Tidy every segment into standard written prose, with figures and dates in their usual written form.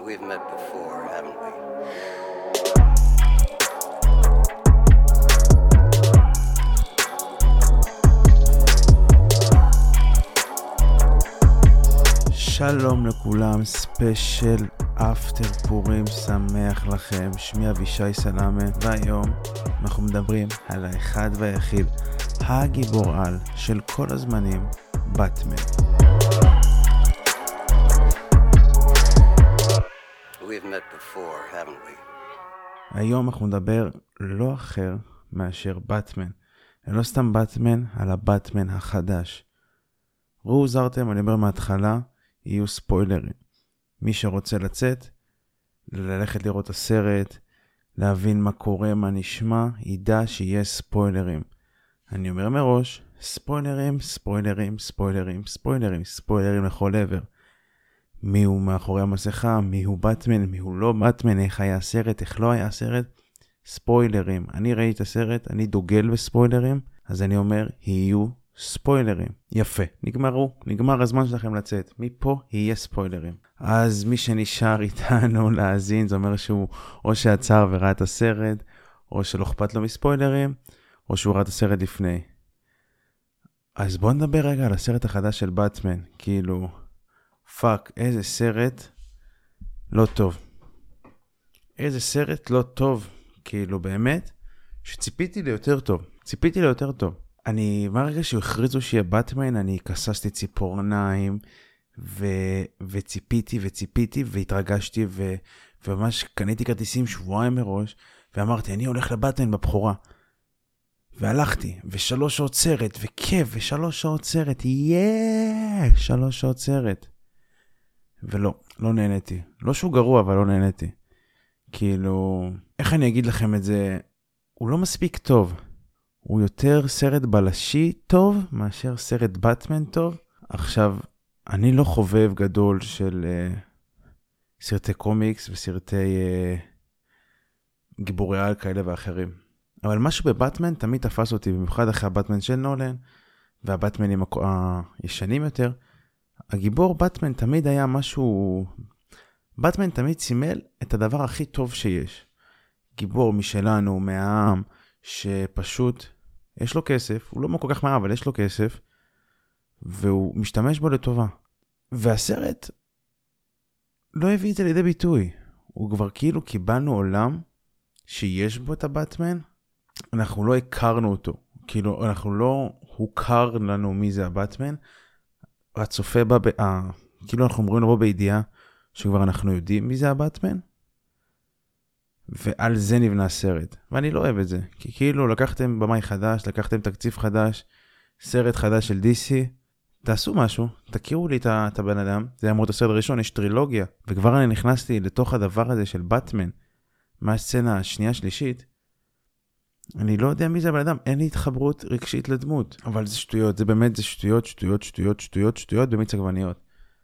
We've met before, haven't we? שלום לכולם, ספיישל אפטר פורים שמח לכם. שמי אבישי סלאמה, והיום אנחנו מדברים על האחד והיחיד, הגיבור על של כל הזמנים, באטמן. We've met before, haven't we? היום אנחנו נדבר לא אחר מאשר באטמן. לא סתם באטמן, על הבאטמן החדש. ראו זרתם, אני אומר מההתחלה, יהיו ספוילרים. מי שרוצה לצאת, ללכת לראות הסרט, להבין מה קורה, מה נשמע, ידע שיהיה ספוילרים. אני אומר מראש, ספוילרים, ספוילרים, ספוילרים, ספוילרים, ספוילרים לכל עבר. מי הוא מאחורי המסכה, מי הוא באטמן, מי הוא לא באטמן, איך היה הסרט, איך לא היה הסרט, ספוילרים. אני ראיתי את הסרט, אני דוגל בספוילרים, אז אני אומר, יהיו ספוילרים. יפה, נגמר הזמן שלכם לצאת. מפה יהיה ספוילרים. אז מי שנשאר איתנו להאזין, זה אומר שהוא או שעצר וראה את הסרט, או שלא אכפת לו מספוילרים, או שהוא ראה את הסרט לפני. אז בואו נדבר רגע על הסרט החדש של באטמן. כאילו, פאק, איזה סרט לא טוב. איזה סרט לא טוב. כאילו, באמת, שציפיתי ליותר טוב. מהרגע שהכריזו שיהיה באטמן, אני כססתי ציפורניים, וציפיתי, והתרגשתי, וממש קניתי כרטיסים שבועיים מראש, ואמרתי, אני הולך לבאטמן בבחורה. והלכתי, 3 שעות סרט, וכיף, 3 שעות סרט, 3 שעות סרט. ולא, לא נהניתי. לא שהוא גרוע, אבל לא נהניתי. כאילו, איך אני אגיד לכם את זה? הוא לא מספיק טוב. הוא יותר סרט בלשי טוב מאשר סרט באטמן טוב. עכשיו, אני לא חובב גדול של סרטי קומיקס וסרטי גיבורי על כאלה ואחרים. אבל משהו בבאטמן תמיד תפס אותי, במיוחד אחרי הבאטמן של נולן, והבאטמנים הישנים יותר. הגיבור באטמן תמיד היה משהו... באטמן תמיד סימל את הדבר הכי טוב שיש. גיבור משלנו, מהעם, שפשוט... יש לו כסף, הוא לא כל כך מהר, אבל יש לו כסף, והוא משתמש בו לטובה. והסרט לא הביא את זה לידי ביטוי. הוא כבר כאילו קיבלנו עולם שיש בו את הבאטמן, אנחנו לא הכרנו אותו. כאילו, אנחנו לא הוכר לנו מי זה הבאטמן, הצופה בה, כאילו אנחנו אומרים לבוא בידיעה, שכבר אנחנו יודעים מי זה הבאטמן, ועל זה נבנה הסרט. ואני לא אוהב את זה. כי כאילו לקחתם במאי חדש, לקחתם תקציב חדש, סרט חדש של DC, תעשו משהו, תכירו לי את הבן אדם. זה אמור את הסרט הראשון, יש טרילוגיה. וכבר אני נכנסתי לתוך הדבר הזה של באטמן, מהסצנה השנייה שלישית, אני לא יודע מי זה הבן אדם, אין לי התחברות רגשית לדמות. אבל זה שטויות, זה באמת, זה שטויות במיץ עגבניות.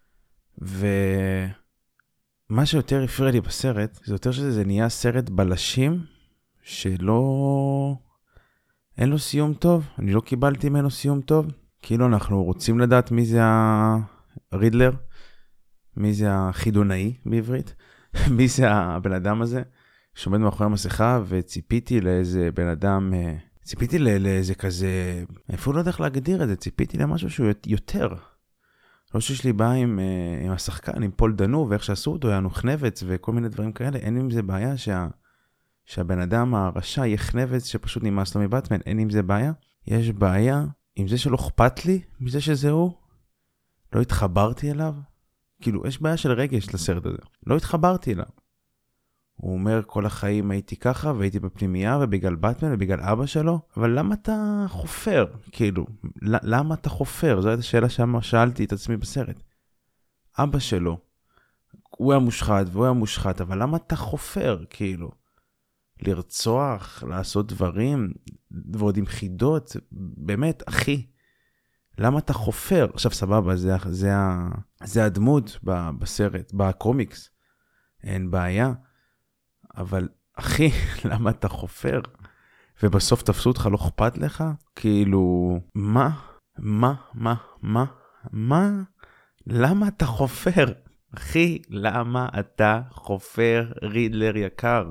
מה שיותר הפריע לי בסרט, זה יותר שזה נהיה סרט בלשים, שלא... אין לו סיום טוב, אני לא קיבלתי ממנו סיום טוב. כאילו אנחנו רוצים לדעת מי זה הרידלר, מי זה החידונאי בעברית, מי זה הבן אדם הזה, שעומד מאחורי המסכה, וציפיתי לאיזה בן אדם, ציפיתי לאיזה כזה, איפה לא יודע איך להגדיר את זה, ציפיתי למשהו שהוא יותר. לא שיש לי בעיה עם השחקן, עם פול דנו, ואיך שעשו אותו, היה נוחנבץ וכל מיני דברים כאלה. אין עם זה בעיה שהבן אדם הרשע יהיה חנבץ שפשוט נמאס לו מבאטמן. אין עם זה בעיה. יש בעיה עם זה שלא אכפת לי, מזה שזה הוא. לא התחברתי אליו. כאילו, יש בעיה של רגש לסרט הזה. לא התחברתי אליו. הוא אומר, כל החיים הייתי ככה, והייתי בפנימייה, ובגלל באטמן, ובגלל אבא שלו. אבל למה אתה חופר? כאילו, למה אתה חופר? זו הייתה שאלה שאלתי את עצמי בסרט. אבא שלו, הוא היה מושחת, והוא היה מושחת, אבל למה אתה חופר? כאילו, לרצוח, לעשות דברים, ועוד עם חידות, באמת, אחי. למה אתה חופר? עכשיו, סבבה, זה הדמות בסרט, בקומיקס. אין בעיה. אבל, אחי, למה אתה חופר? ובסוף תפסו אותך, לא אכפת לך? כאילו, מה? למה אתה חופר? אחי, למה אתה חופר רידלר יקר?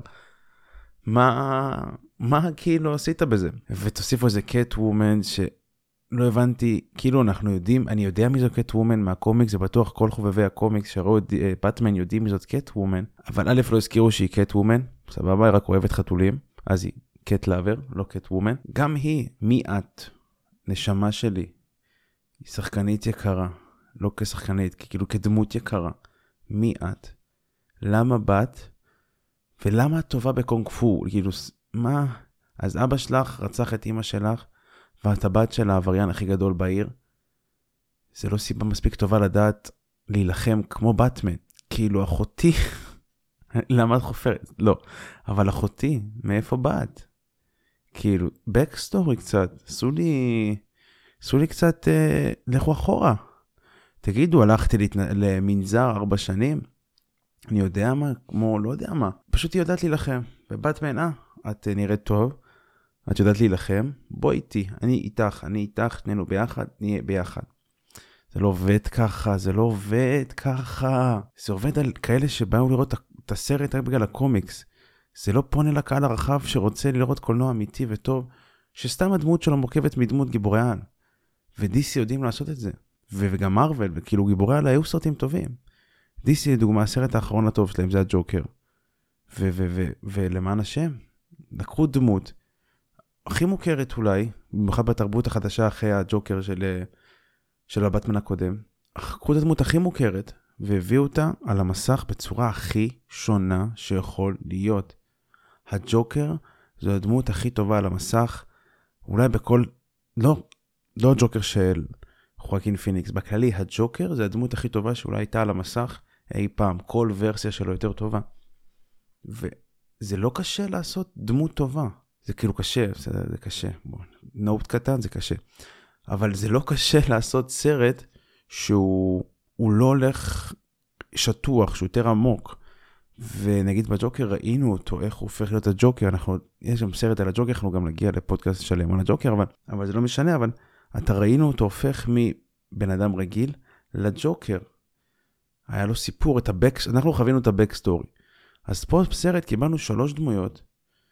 מה כאילו עשית בזה? ותוסיפו איזה קט וומן שלא הבנתי, כאילו אנחנו יודעים, אני יודע מי זו קט וומן מהקומיקס, זה בטוח כל חובבי הקומיקס שראו את באטמן יודעים מי זאת קט וומן, אבל א' לא הזכירו שהיא קט וומן, סבבה, היא רק אוהבת חתולים, אז היא קט לאבר, לא קט וומן. גם היא, מי את? נשמה שלי. היא שחקנית יקרה, לא כשחקנית, כאילו כדמות יקרה. מי את? למה בת? ולמה את טובה בקונג פו? כאילו, מה? אז אבא שלך רצח את אמא שלך, ואת הבת של העבריין הכי גדול בעיר. זה לא סיבה מספיק טובה לדעת להילחם כמו באטמן. כאילו, אחותי, למה את חופרת? לא. אבל אחותי, מאיפה באת? כאילו, בקסטורי קצת. עשו לי קצת, לכו אחורה. תגידו, הלכתי למנזר 4 שנים? אני יודע מה, כמו לא יודע מה. פשוט היא יודעת להילחם. ובאטמן, את נראית טוב, את יודעת להילחם, בוא איתי, אני איתך, שנינו ביחד, נהיה ביחד. זה לא עובד ככה, זה עובד על כאלה שבאו לראות את הסרט רק בגלל הקומיקס. זה לא פונה לקהל הרחב שרוצה לראות קולנוע אמיתי וטוב, שסתם הדמות שלו מורכבת מדמות גיבורי על. ודיסי יודעים לעשות את זה. וגם מרוול, וכאילו גיבורי על היו סרטים טובים. דיסי לדוגמה, הסרט האחרון הטוב שלהם זה הג'וקר. ולמען השם, לקחו דמות הכי מוכרת אולי, במיוחד בתרבות החדשה אחרי הג'וקר של הבטמן הקודם. לקחו את הדמות הכי מוכרת, והביאו אותה על המסך בצורה הכי שונה שיכול להיות. הג'וקר זו הדמות הכי טובה על המסך, אולי בכל, לא הג'וקר של חואקין פיניקס, בכללי הג'וקר זה הדמות הכי טובה שאולי הייתה על המסך אי פעם, כל ורסיה שלו יותר טובה. וזה לא קשה לעשות דמות טובה. זה כאילו קשה, זה קשה. נוט קטן זה קשה. אבל זה לא קשה לעשות סרט שהוא לא הולך שטוח, שהוא יותר עמוק. ונגיד בג'וקר ראינו אותו, איך הוא הופך להיות הג'וקר. יש שם סרט על הג'וקר, אנחנו גם נגיע לפודקאסט שלם על הג'וקר, אבל זה לא משנה, אבל אתה ראינו אותו הופך מבן אדם רגיל לג'וקר. היה לו סיפור, אנחנו חווינו את הבקסטורי. אז פה בסרט קיבלנו 3 דמויות,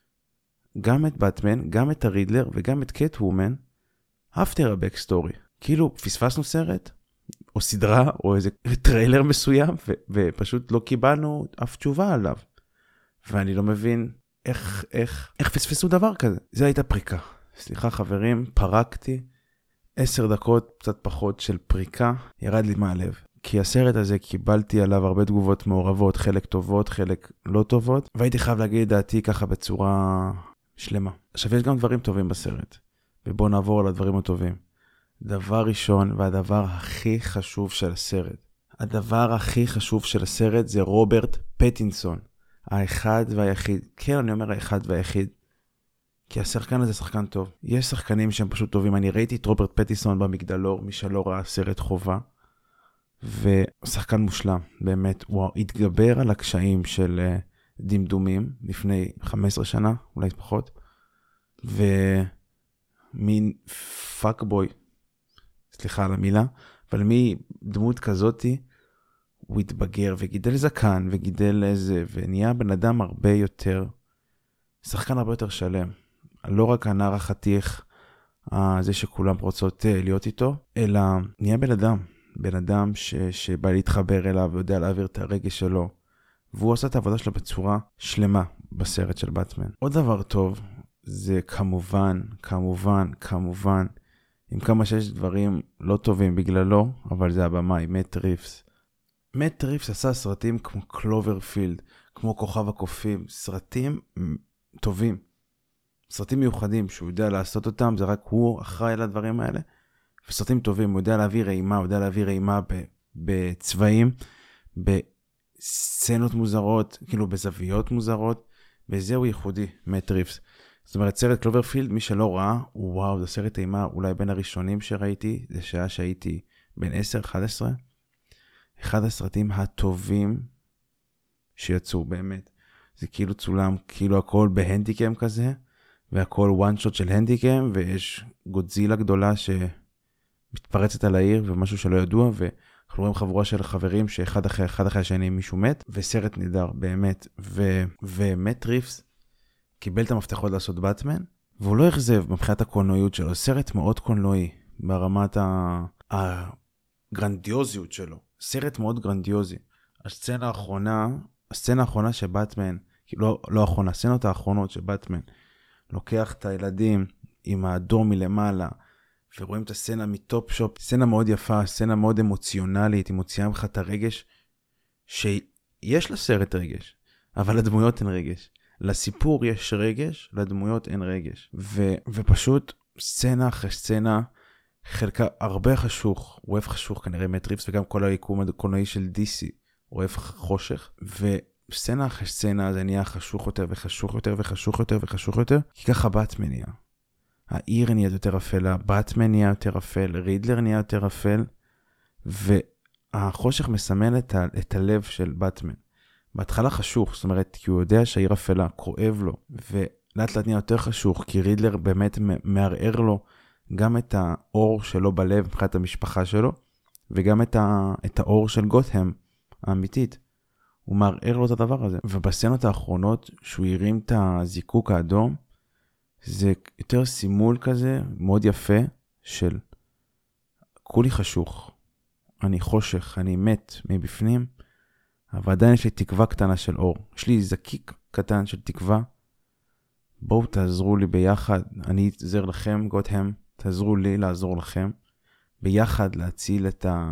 גם את באטמן, גם את הרידלר וגם את קט וומן, אפטר הבקסטורי. כאילו פספסנו סרט, או סדרה, או איזה טריילר מסוים, ופשוט לא קיבלנו אף תשובה עליו. ואני לא מבין איך פספסו דבר כזה. זה הייתה פריקה. סליחה חברים, פרקתי 10 דקות, קצת פחות של פריקה, ירד לי מהלב. כי הסרט הזה קיבלתי עליו הרבה תגובות מעורבות, חלק טובות, חלק לא טובות, והייתי חייב להגיד דעתי ככה בצורה שלמה. עכשיו יש גם דברים טובים בסרט, ובואו נעבור על הדברים הטובים. דבר ראשון והדבר הכי חשוב של הסרט. הדבר הכי חשוב של הסרט זה רוברט פטינסון. האחד והיחיד. כן, אני אומר האחד והיחיד. כי השחקן הזה שחקן טוב. יש שחקנים שהם פשוט טובים. אני ראיתי את רוברט פטינסון במגדלור, מי שלא ראה סרט חובה. ושחקן מושלם, באמת. הוא התגבר על הקשיים של דמדומים לפני 15 שנה, אולי פחות. ומין פאקבוי, סליחה על המילה, אבל מדמות כזאתי, הוא התבגר וגידל זקן וגידל איזה, ונהיה בן אדם הרבה יותר, שחקן הרבה יותר שלם. לא רק הנער החתיך, זה שכולם רוצות להיות איתו, אלא נהיה בן אדם שבא להתחבר אליו ויודע להעביר את הרגש שלו. והוא עושה את העבודה שלו בצורה שלמה בסרט של באטמן. עוד דבר טוב, זה כמובן, עם כמה שיש דברים לא טובים בגללו, אבל זה הבמאי, מאט ריבס. מאט ריבס עשה סרטים כמו קלוברפילד, כמו כוכב הקופים, סרטים טובים. סרטים מיוחדים שהוא יודע לעשות אותם, זה רק הוא אחראי על הדברים האלה. וסרטים טובים, הוא יודע להביא רעימה, בצבעים, בסצנות מוזרות, כאילו בזוויות מוזרות, וזהו ייחודי, מאט ריבס. זאת אומרת, סרט קלוברפילד, מי שלא ראה, וואו, זה סרט אימה, אולי בין הראשונים שראיתי, זה שעה שהייתי בין 10-11, אחד הסרטים הטובים שיצאו באמת. זה כאילו צולם, כאילו הכל בהנדיקם כזה, והכל וואן שוט של הנדיקם, ויש גודזילה גדולה שמתפרצת על העיר, ומשהו שלא ידוע, אנחנו רואים חבורה של חברים שאחד אחרי השני מישהו מת, וסרט נהדר, באמת. ומט ריבס קיבל את המפתחות לעשות באטמן, והוא לא החזב מבחינת הקולנועיות שלו. סרט מאוד קולנועי, ברמת הגרנדיוזיות שלו. סרט מאוד גרנדיוזי. הסצנה האחרונה שבאטמן, לא האחרונה, הסצנות האחרונות שבאטמן לוקח את הילדים עם האדום מלמעלה, ורואים את הסצנה מטופ שופ, סצנה מאוד יפה, סצנה מאוד אמוציונלית, היא מוציאה ממך את הרגש, שיש לסרט רגש, אבל לדמויות אין רגש. לסיפור יש רגש, לדמויות אין רגש. ופשוט סצנה אחרי סצנה, חלקה הרבה חשוך, הוא אוהב חשוך כנראה מט ריבס, וגם כל היקום הקולנועי של DC, הוא אוהב חושך, וסצנה אחרי סצנה זה נהיה חשוך יותר וחשוך יותר וחשוך יותר וחשוך יותר, כי ככה באטמן נהיה. העיר נהיה יותר אפל, הבאטמן נהיה יותר אפל, רידלר נהיה יותר אפל, והחושך מסמן את הלב של באטמן. בהתחלה חשוך, זאת אומרת, כי הוא יודע שהעיר אפלה, כואב לו, ולאט לאט נהיה יותר חשוך, כי רידלר באמת מערער לו גם את האור שלו בלב, מבחינת המשפחה שלו, וגם את האור של גות'הם האמיתית. הוא מערער לו את הדבר הזה. ובסצנות האחרונות, שהוא הרים את הזיקוק האדום, זה יותר סימול כזה, מאוד יפה, של כולי חשוך, אני חושך, אני מת מבפנים, אבל עדיין יש לי תקווה קטנה של אור. יש לי זקיק קטן של תקווה. בואו תעזרו לי ביחד, אני אעזר לכם, גות'הם, תעזרו לי לעזור לכם, ביחד להציל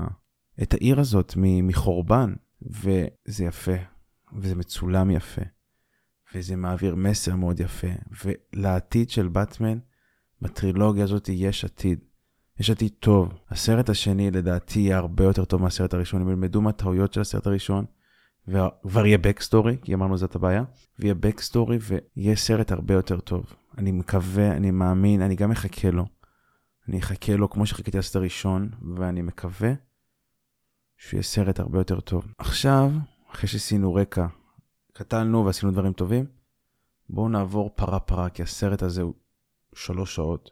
את העיר הזאת מחורבן. וזה יפה, וזה מצולם יפה. וזה מעביר מסר מאוד יפה, ולעתיד של באטמן, בטרילוגיה הזאת יש עתיד. יש עתיד טוב. הסרט השני לדעתי יהיה הרבה יותר טוב מהסרט הראשון. הם ילמדו מהטעויות של הסרט הראשון, וכבר יהיה בקסטורי, כי אמרנו זאת הבעיה, ויהיה בקסטורי ויהיה סרט הרבה יותר טוב. אני מקווה, אני מאמין, אני גם מחכה לו. אני אחכה לו כמו שחיכיתי לסרט הראשון, ואני מקווה שהוא יהיה סרט הרבה יותר טוב. עכשיו, אחרי שעשינו רקע, קטלנו ועשינו דברים טובים, בואו נעבור פרה, כי הסרט הזה הוא 3 שעות.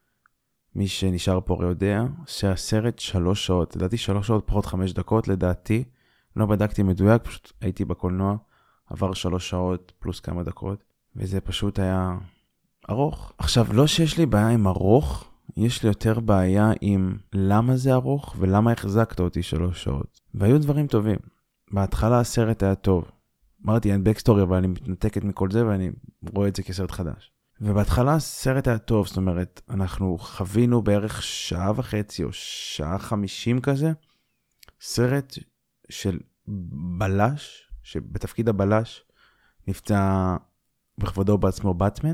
מי שנשאר פה יודע שהסרט 3 שעות, לדעתי 3 שעות פחות 5 דקות, לדעתי, לא בדקתי מדויק, פשוט הייתי בקולנוע, עבר 3 שעות פלוס כמה דקות, וזה פשוט היה ארוך. עכשיו, לא שיש לי בעיה עם ארוך, יש לי יותר בעיה עם למה זה ארוך, ולמה החזקת אותי 3 שעות. והיו דברים טובים. בהתחלה הסרט היה טוב. אמרתי, אין בקסטורי, אבל אני מתנתקת מכל זה, ואני רואה את זה כסרט חדש. ובהתחלה הסרט היה טוב, זאת אומרת, אנחנו חווינו בערך 1.5 שעה או 1:50 כזה, סרט של בלש, שבתפקיד הבלש נפצע בכבודו בעצמו באטמן,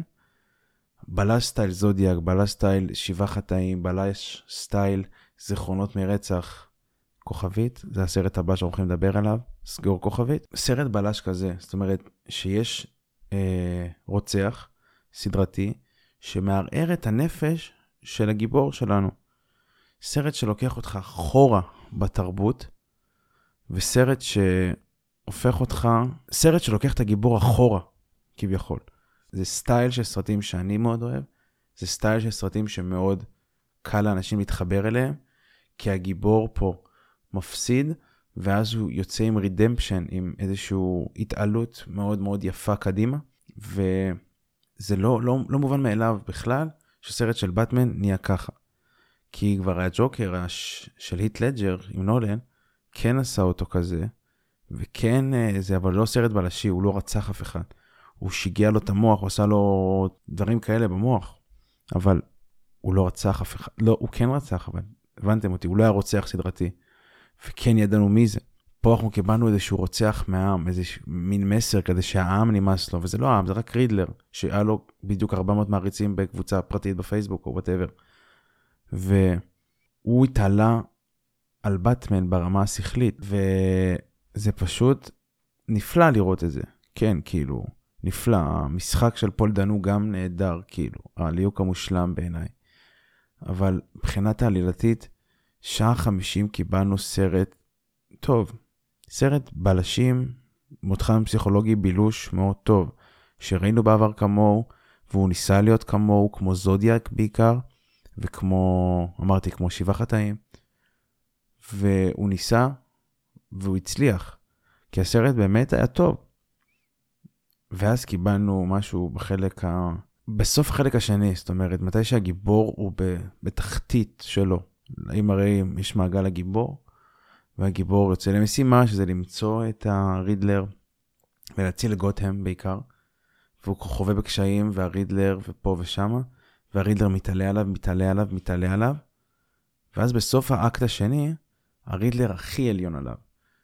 בלש סטייל זודיאק, בלש סטייל 7 חטאים, בלש סטייל זיכרונות מרצח, כוכבית, זה הסרט הבא שאנחנו הולכים לדבר עליו, סגור כוכבית. סרט בלש כזה, זאת אומרת שיש רוצח סדרתי, שמערער את הנפש של הגיבור שלנו. סרט שלוקח אותך חורה בתרבות, וסרט שהופך אותך, סרט שלוקח את הגיבור אחורה, כביכול. זה סטייל של סרטים שאני מאוד אוהב, זה סטייל של סרטים שמאוד קל לאנשים להתחבר אליהם, כי הגיבור פה מפסיד, ואז הוא יוצא עם רידמפשן, עם איזושהי התעלות מאוד מאוד יפה קדימה, וזה לא מובן מאליו בכלל, שסרט של באטמן נהיה ככה. כי כבר הג'וקר של היט לג'ר עם נולן, כן עשה אותו כזה, וכן זה, אבל לא סרט בלשי, הוא לא רצח אף אחד. הוא שיגע לו את המוח, הוא עשה לו דברים כאלה במוח, אבל הוא לא רצח אף אחד. לא, הוא כן רצח, אבל הבנתם אותי, הוא לא היה רוצח סדרתי, וכן ידענו מי זה. פה אנחנו קיבלנו איזשהו רוצח מהעם, איזה מין מסר כזה שהעם נמאס לו, וזה לא העם, זה רק רידלר, שהיה לו בדיוק 400 מעריצים בקבוצה פרטית בפייסבוק או whatever. והוא התעלה על באטמן ברמה השכלית, וזה פשוט נפלא לראות את זה. כן, כאילו, נפלא. המשחק של פול דנו גם נהדר, כאילו, הליהוק המושלם בעיניי. אבל מבחינת העלילתית, 1:50 קיבלנו סרט טוב. סרט בלשים, מותחן פסיכולוגי בילוש מאוד טוב, שראינו בעבר כמוהו, והוא ניסה להיות כמוהו, כמו זודיאק בעיקר, וכמו, אמרתי, כמו 7 חטאים. והוא ניסה, והוא הצליח, כי הסרט באמת היה טוב. ואז קיבלנו משהו בסוף החלק השני, זאת אומרת, מתי שהגיבור הוא בתחתית שלו. אם הרי יש מעגל הגיבור, והגיבור יוצא למשימה, שזה למצוא את הרידלר, ולהציל לגותם בעיקר, והוא חווה בקשיים, והרידלר ופה ושמה, והרידלר מתעלה עליו, ואז בסוף האקט השני, הרידלר הכי עליון עליו.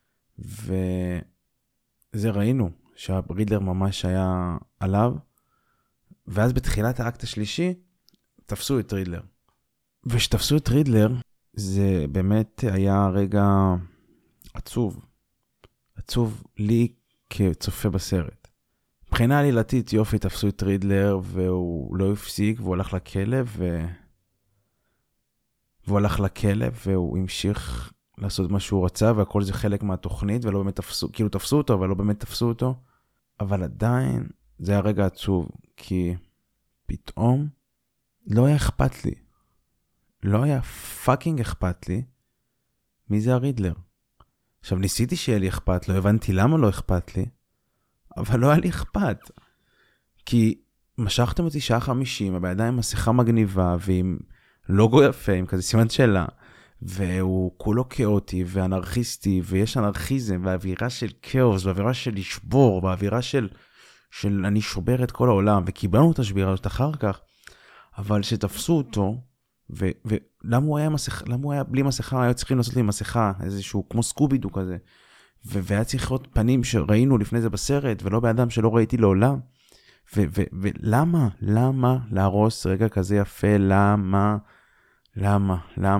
וזה ראינו, שהרידלר ממש היה עליו, ואז בתחילת האקט השלישי, תפסו את רידלר. ושתפסו את רידלר, זה באמת היה רגע עצוב. עצוב לי כצופה בסרט. מבחינה עלילתית, יופי, תפסו את רידלר, והוא לא הפסיק, והוא הלך לכלב, והוא המשיך לעשות מה שהוא רצה, והכל זה חלק מהתוכנית, ולא באמת תפסו, כאילו תפסו אותו, אבל לא באמת תפסו אותו. אבל עדיין, זה היה רגע עצוב, כי פתאום לא היה אכפת לי. לא היה פאקינג אכפת לי מי זה הרידלר. עכשיו, ניסיתי שיהיה לי אכפת, לא הבנתי למה לא אכפת לי, אבל לא היה לי אכפת. כי משכתם אותי שעה 50, הבעיה עם מסכה מגניבה, ועם לוגו יפה, עם כזה סימן שאלה, והוא כולו כאוטי ואנרכיסטי, ויש אנרכיזם, והאווירה של כאוס, והאווירה של לשבור, והאווירה של אני שובר את כל העולם, וקיבלנו את השבירה הזאת אחר כך, אבל שתפסו אותו, ולמה הוא היה בלי מסכה, היו צריכים לעשות לי מסכה, איזשהו כמו סקובידו כזה, והיה צריך להיות פנים שראינו לפני זה בסרט, ולא באדם שלא ראיתי לעולם, ולמה להרוס רגע כזה יפה, למה?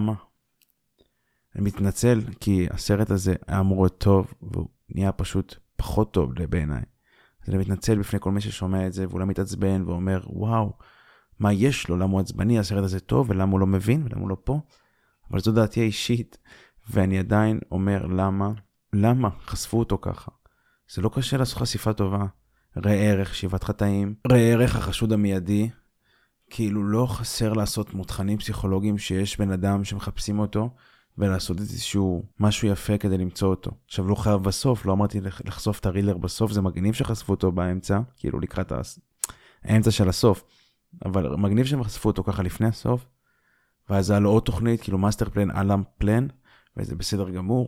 אני מתנצל, כי הסרט הזה היה אמור להיות טוב, והוא נהיה פשוט פחות טוב בעיניי. אז אני מתנצל בפני כל מי ששומע את זה, ואולי מתעצבן ואומר, וואו, מה יש לו, למה הוא עצבני, הסרט הזה טוב, ולמה הוא לא מבין, ולמה הוא לא פה. אבל זו דעתי האישית, ואני עדיין אומר, למה חשפו אותו ככה? זה לא קשה לעשות חשיפה טובה. ראה ערך, שיבת חטאים, ראה ערך החשוד המיידי, כאילו לא חסר לעשות מותחנים פסיכולוגיים שיש בן אדם שמחפשים אותו, ולעשות איזשהו משהו יפה כדי למצוא אותו. עכשיו לא חייב בסוף, לא אמרתי לחשוף את הרילר בסוף, זה מגניב שחשפו אותו באמצע, כאילו לקראת האמצע של הסוף, אבל מגניב שהם חשפו אותו ככה לפני הסוף, ואז היה לו עוד תוכנית, כאילו מאסטר פלן, אלם פלן, וזה בסדר גמור,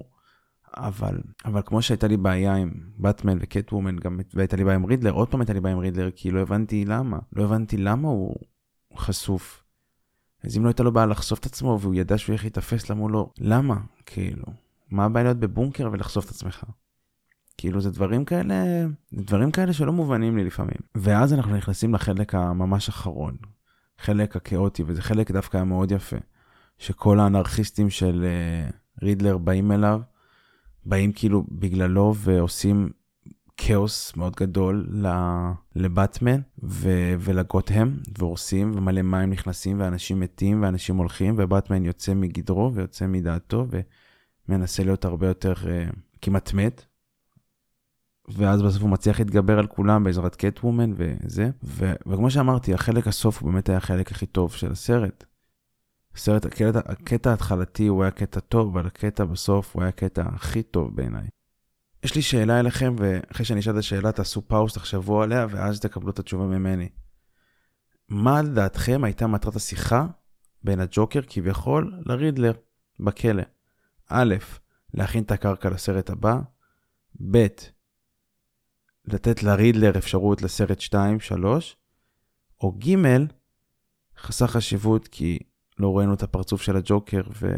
אבל כמו שהייתה לי בעיה עם באטמן וקט וומן, גם והייתה לי בעיה עם רידלר, עוד פעם הייתה לי בעיה עם רידלר, כי לא הבנתי למה הוא חשוף. אז אם לא הייתה לו בעיה לחשוף את עצמו, והוא ידע שהוא איך יתאפס, למה? כאילו, מה הבעיה להיות בבונקר ולחשוף את עצמך? כאילו, זה דברים כאלה שלא מובנים לי לפעמים. ואז אנחנו נכנסים לחלק הממש אחרון, חלק הכאוטי, וזה חלק דווקא היה מאוד יפה, שכל האנרכיסטים של רידלר באים אליו, באים כאילו בגללו ועושים כאוס מאוד גדול לבטמן ולגותם, והורסים ומלא מים נכנסים ואנשים מתים ואנשים הולכים, ובטמן יוצא מגדרו ויוצא מדעתו ומנסה להיות הרבה יותר כמעט מת, ואז בסוף הוא מצליח להתגבר על כולם בעזרת קט וומן וזה, וכמו שאמרתי, החלק הסוף הוא באמת היה החלק הכי טוב של הסרט. הקטע ההתחלתי הוא היה קטע טוב, אבל הקטע בסוף הוא היה הקטע הכי טוב בעיניי. יש לי שאלה אליכם, ואחרי שאני אשאל את השאלה, תעשו פאוס, תחשבו עליה, ואז תקבלו את התשובה ממני. מה לדעתכם הייתה מטרת השיחה בין הג'וקר כביכול לרידלר בכלא? א', להכין את הקרקע לסרט הבא, ב', לתת לרידלר אפשרות לסרט 2, 3, או ג', חסר חשיבות כי לא ראינו את הפרצוף של הג'וקר,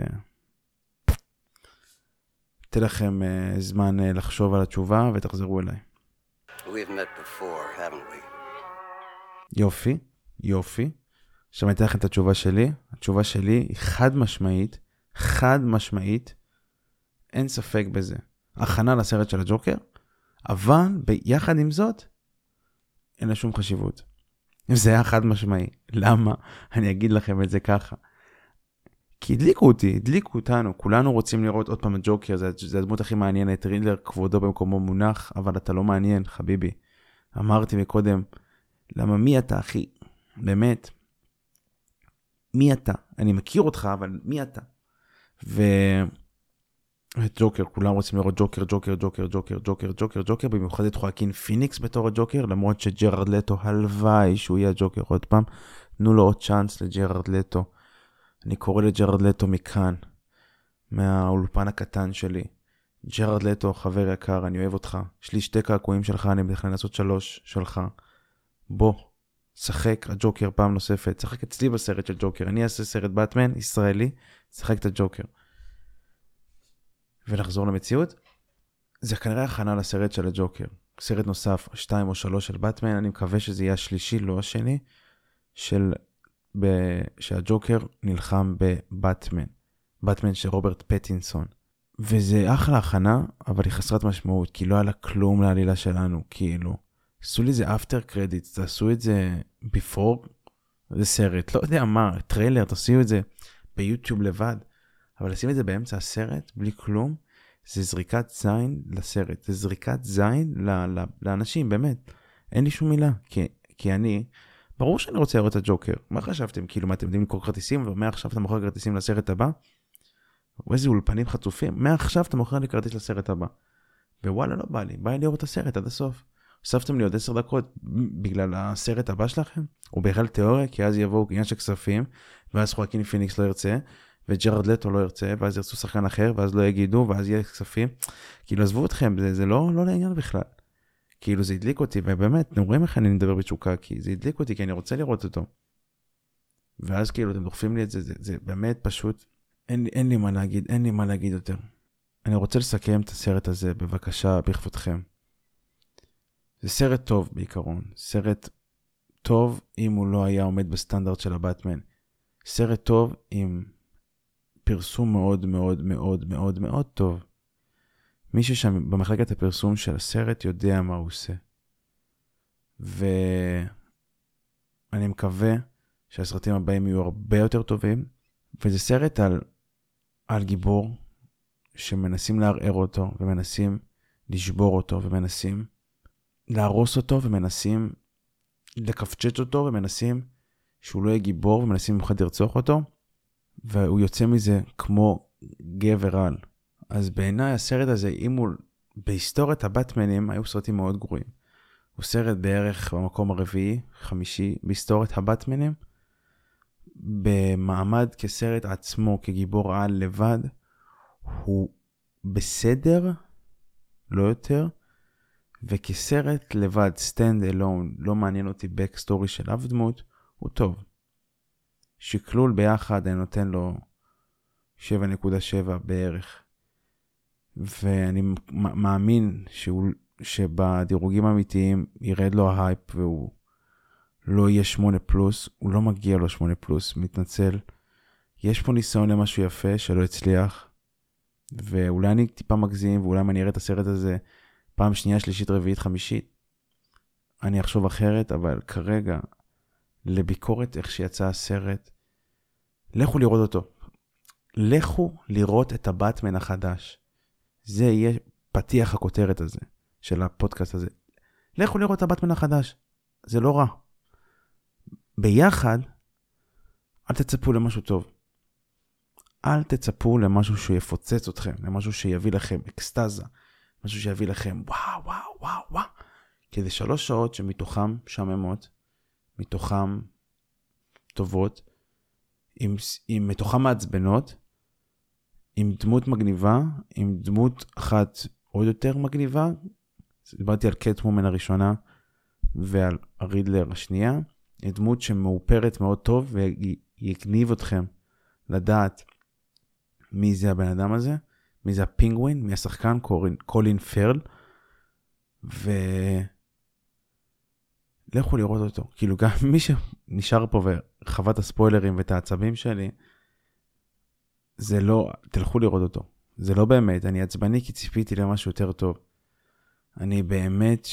תן לכם זמן לחשוב על התשובה ותחזרו אליי. We've met before, haven't we? יופי. עכשיו אני אתן לכם את התשובה שלי. התשובה שלי היא חד משמעית, אין ספק בזה. הכנה לסרט של הג'וקר, אבל ביחד עם זאת, אין לה שום חשיבות. זה היה חד משמעי. למה? אני אגיד לכם את זה ככה. כי הדליקו אותנו, כולנו רוצים לראות עוד פעם הג'וקר, זה הדמות הכי מעניינת, רידלר כבודו במקומו מונח, אבל אתה לא מעניין, חביבי. אמרתי מקודם, למה מי אתה אחי? באמת, מי אתה? אני מכיר אותך, אבל מי אתה? את ג'וקר, כולם רוצים לראות ג'וקר, ג'וקר, ג'וקר, ג'וקר, ג'וקר, ג'וקר, ג'וקר, במיוחד את חואקין פיניקס בתור הג'וקר, למרות שג'רארד לטו הלוואי שהוא יהיה הג'וקר עוד פעם. תנו לו עוד צ'אנס לג'רארד לטו. אני קורא לג'רארד לטו מכאן, מהאולפן הקטן שלי. ג'רארד לטו, חבר יקר, אני אוהב אותך. יש לי 2 קעקועים שלך, אני מתכנן לעשות 3 שלך. בוא, שחק הג'וקר פעם נוספת. שחק אצלי בסרט של ג'וקר. אני אעשה סרט באטמן, ישראלי, שחק את הג'וקר. ונחזור למציאות. זה כנראה הכנה לסרט של הג'וקר. סרט נוסף, 2 או 3 של באטמן. אני מקווה שזה יהיה השלישי, לא השני, שהג'וקר נלחם בבאטמן. באטמן של רוברט פטינסון. וזה אחלה הכנה, אבל היא חסרת משמעות, כי לא היה לה כלום לעלילה שלנו, כאילו. עשו לי זה אפטר קרדיט, תעשו את זה before, זה סרט, לא יודע מה, טריילר, תעשו את זה ביוטיוב לבד, אבל לשים את זה באמצע הסרט, בלי כלום, זה זריקת זין לסרט, זה זריקת זין לאנשים, באמת. אין לי שום מילה, כי אני, ברור שאני רוצה לראות את הג'וקר. מה חשבתם? כאילו, מה אתם יודעים לקרוא כרטיסים, ומה עכשיו אתה מוכר כרטיסים לסרט הבא? ואיזה אולפנים חצופים, מעכשיו אתה מוכר לי כרטיס לסרט הבא. ווואלה, לא בא לי, בא לי לראות את הסרט עד הסוף. הוספתם לי עוד 10 דקות בגלל הסרט הבא שלכם? הוא בכלל תיאוריה, כי אז יבואו עניין של כספים, ואז חואקין פיניקס לא ירצה, וג'רארד לטו לא ירצה, ואז ירצו שחקן אחר, ואז לא יגידו, ואז יהיה כספים. כאילו, עזבו אתכם, זה לא לעניין בכלל. כאילו, זה הדליק אותי, ובאמת, אתם רואים איך אני מדבר בתשוקה, כי זה הדליק אותי, כי אני רוצה לראות אותו. ואז כאילו, אתם דוחפים לי את זה, זה באמת פשוט, אין לי מה להגיד יותר. אני רוצה לסכם את הסרט הזה, בבקשה, בכבודכם. זה סרט טוב בעיקרון, סרט טוב אם הוא לא היה עומד בסטנדרט של הבאטמן. סרט טוב עם פרסום מאוד מאוד מאוד מאוד מאוד טוב. מישהו שם במחלקת הפרסום של הסרט יודע מה הוא עושה. ואני מקווה שהסרטים הבאים יהיו הרבה יותר טובים. וזה סרט על גיבור שמנסים לערער אותו ומנסים לשבור אותו ומנסים להרוס אותו ומנסים לקפצ'ץ' אותו ומנסים שהוא לא יהיה גיבור ומנסים במיוחד לרצוח אותו, והוא יוצא מזה כמו גבר על. אז בעיניי הסרט הזה, אם הוא בהיסטוריית הבאטמנים, היו סרטים מאוד גרועים. הוא סרט בערך במקום הרביעי, 5 בהיסטוריית הבאטמנים, במעמד כסרט עצמו, כגיבור על לבד, הוא בסדר, לא יותר, וכסרט לבד, stand alone, לא מעניין אותי backstory של אף דמות, הוא טוב. שקלול ביחד, אני נותן לו 7.7 בערך. ואני מאמין שבדירוגים האמיתיים ירד לו ההייפ והוא לא יהיה 8+, הוא לא מגיע לו 8+, מתנצל. יש פה ניסיון למשהו יפה שלא הצליח, ואולי אני טיפה מגזים, ואולי אני אראה את הסרט הזה פעם שנייה, שלישית, רביעית, חמישית. אני אחשוב אחרת, אבל כרגע, לביקורת איך שיצא הסרט, לכו לראות אותו. לכו לראות את הבאטמן החדש. זה יהיה פתיח הכותרת הזה, של הפודקאסט הזה. לכו לראות את הבאטמן החדש. זה לא רע. ביחד, אל תצפו למשהו טוב. אל תצפו למשהו שיפוצץ אתכם, למשהו שיביא לכם אקסטאזה, משהו שיביא לכם וואו, וואו, וואו, וואו. כי זה 3 שעות שמתוכם שממות, מתוכם טובות, עם מתוכם מעצבנות, עם דמות מגניבה, עם דמות אחת עוד יותר מגניבה. דיברתי על קטוומן הראשונה ועל הרידלר השנייה. היא דמות שמאופרת מאוד טוב ויגניב אתכם לדעת מי זה הבן אדם הזה, מי זה הפינגווין, מי השחקן, קולין פרל, ולכו לראות אותו. כאילו גם מי שנשאר פה וחווה את הספוילרים ואת העצבים שלי, זה לא, תלכו לראות אותו. זה לא באמת, אני עצבני כי ציפיתי למשהו יותר טוב. אני באמת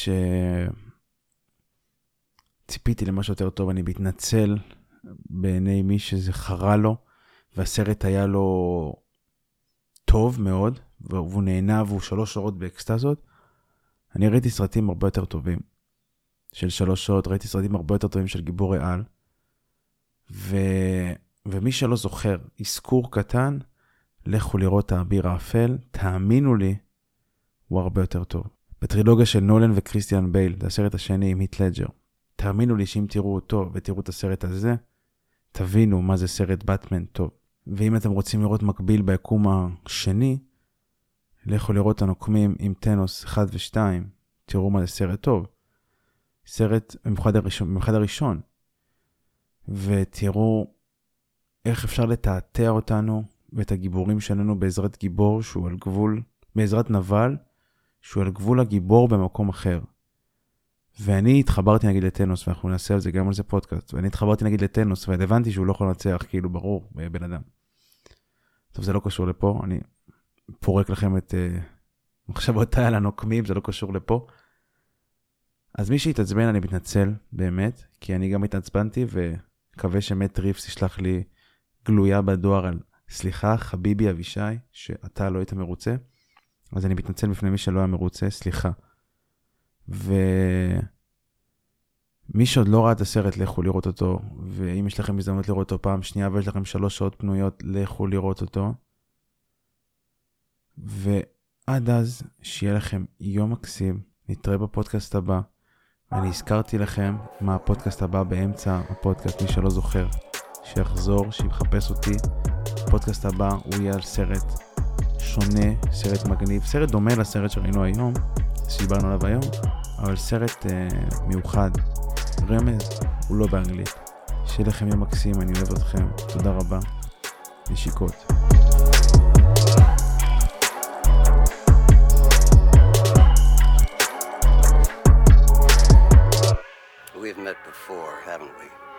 ציפיתי למשהו יותר טוב, אני מתנצל בעיני מי שזה חרה לו, והסרט היה לו טוב מאוד, והוא נהנה והוא 3 שעות באקסטזות. אני ראיתי סרטים הרבה יותר טובים של 3 שעות, ראיתי סרטים הרבה יותר טובים של גיבורי על, ומי שלא זוכר, אזכור קטן לכו לראות האביר האפל, תאמינו לי, הוא הרבה יותר טוב. בטרילוגיה של נולן וקריסטיאן בייל, זה הסרט השני עם הית' לג'ר. תאמינו לי שאם תראו אותו ותראו את הסרט הזה, תבינו מה זה סרט באטמן טוב. ואם אתם רוצים לראות מקביל ביקום השני, לכו לראות הנוקמים עם טנוס 1 ו-2, תראו מה זה סרט טוב. סרט במיוחד הראשון. ותראו איך אפשר לתעתע אותנו ואת הגיבורים שלנו בעזרת גיבור שהוא על גבול, בעזרת נבל שהוא על גבול הגיבור במקום אחר. ואני התחברתי נגיד לטנוס, ואנחנו נעשה על זה גם על זה פודקאסט, ואני התחברתי נגיד לטנוס, והבנתי שהוא לא יכול לנצח, כאילו ברור, בן אדם. טוב, זה לא קשור לפה, אני פורק לכם את מחשבותיי על הנוקמים, זה לא קשור לפה. אז מי שהתעצבן, אני מתנצל, באמת, כי אני גם התעצבנתי, ומקווה שמט ריפס ישלח לי גלויה בדואר על, סליחה, חביבי אבישי, שאתה לא היית מרוצה, אז אני מתנצל בפני מי שלא היה מרוצה, סליחה. ומי שעוד לא ראה את הסרט, לכו לראות אותו, ואם יש לכם הזדמנות לראות אותו פעם שנייה, ויש לכם 3 שעות פנויות, לכו לראות אותו. ועד אז, שיהיה לכם יום מקסים, נתראה בפודקאסט הבא. אני הזכרתי לכם מה הפודקאסט הבא באמצע הפודקאסט, מי שלא זוכר, שיחזור, שיחפש אותי. הפודקאסט הבא הוא יהיה על סרט שונה, סרט מגניב, סרט דומה לסרט שראינו היום, שדיברנו עליו היום, אבל סרט מיוחד, רמז, הוא לא באנגלית. שיהיה לכם יום מקסים, אני אוהב אתכם, תודה רבה, נשיקות. We've met before, haven't we?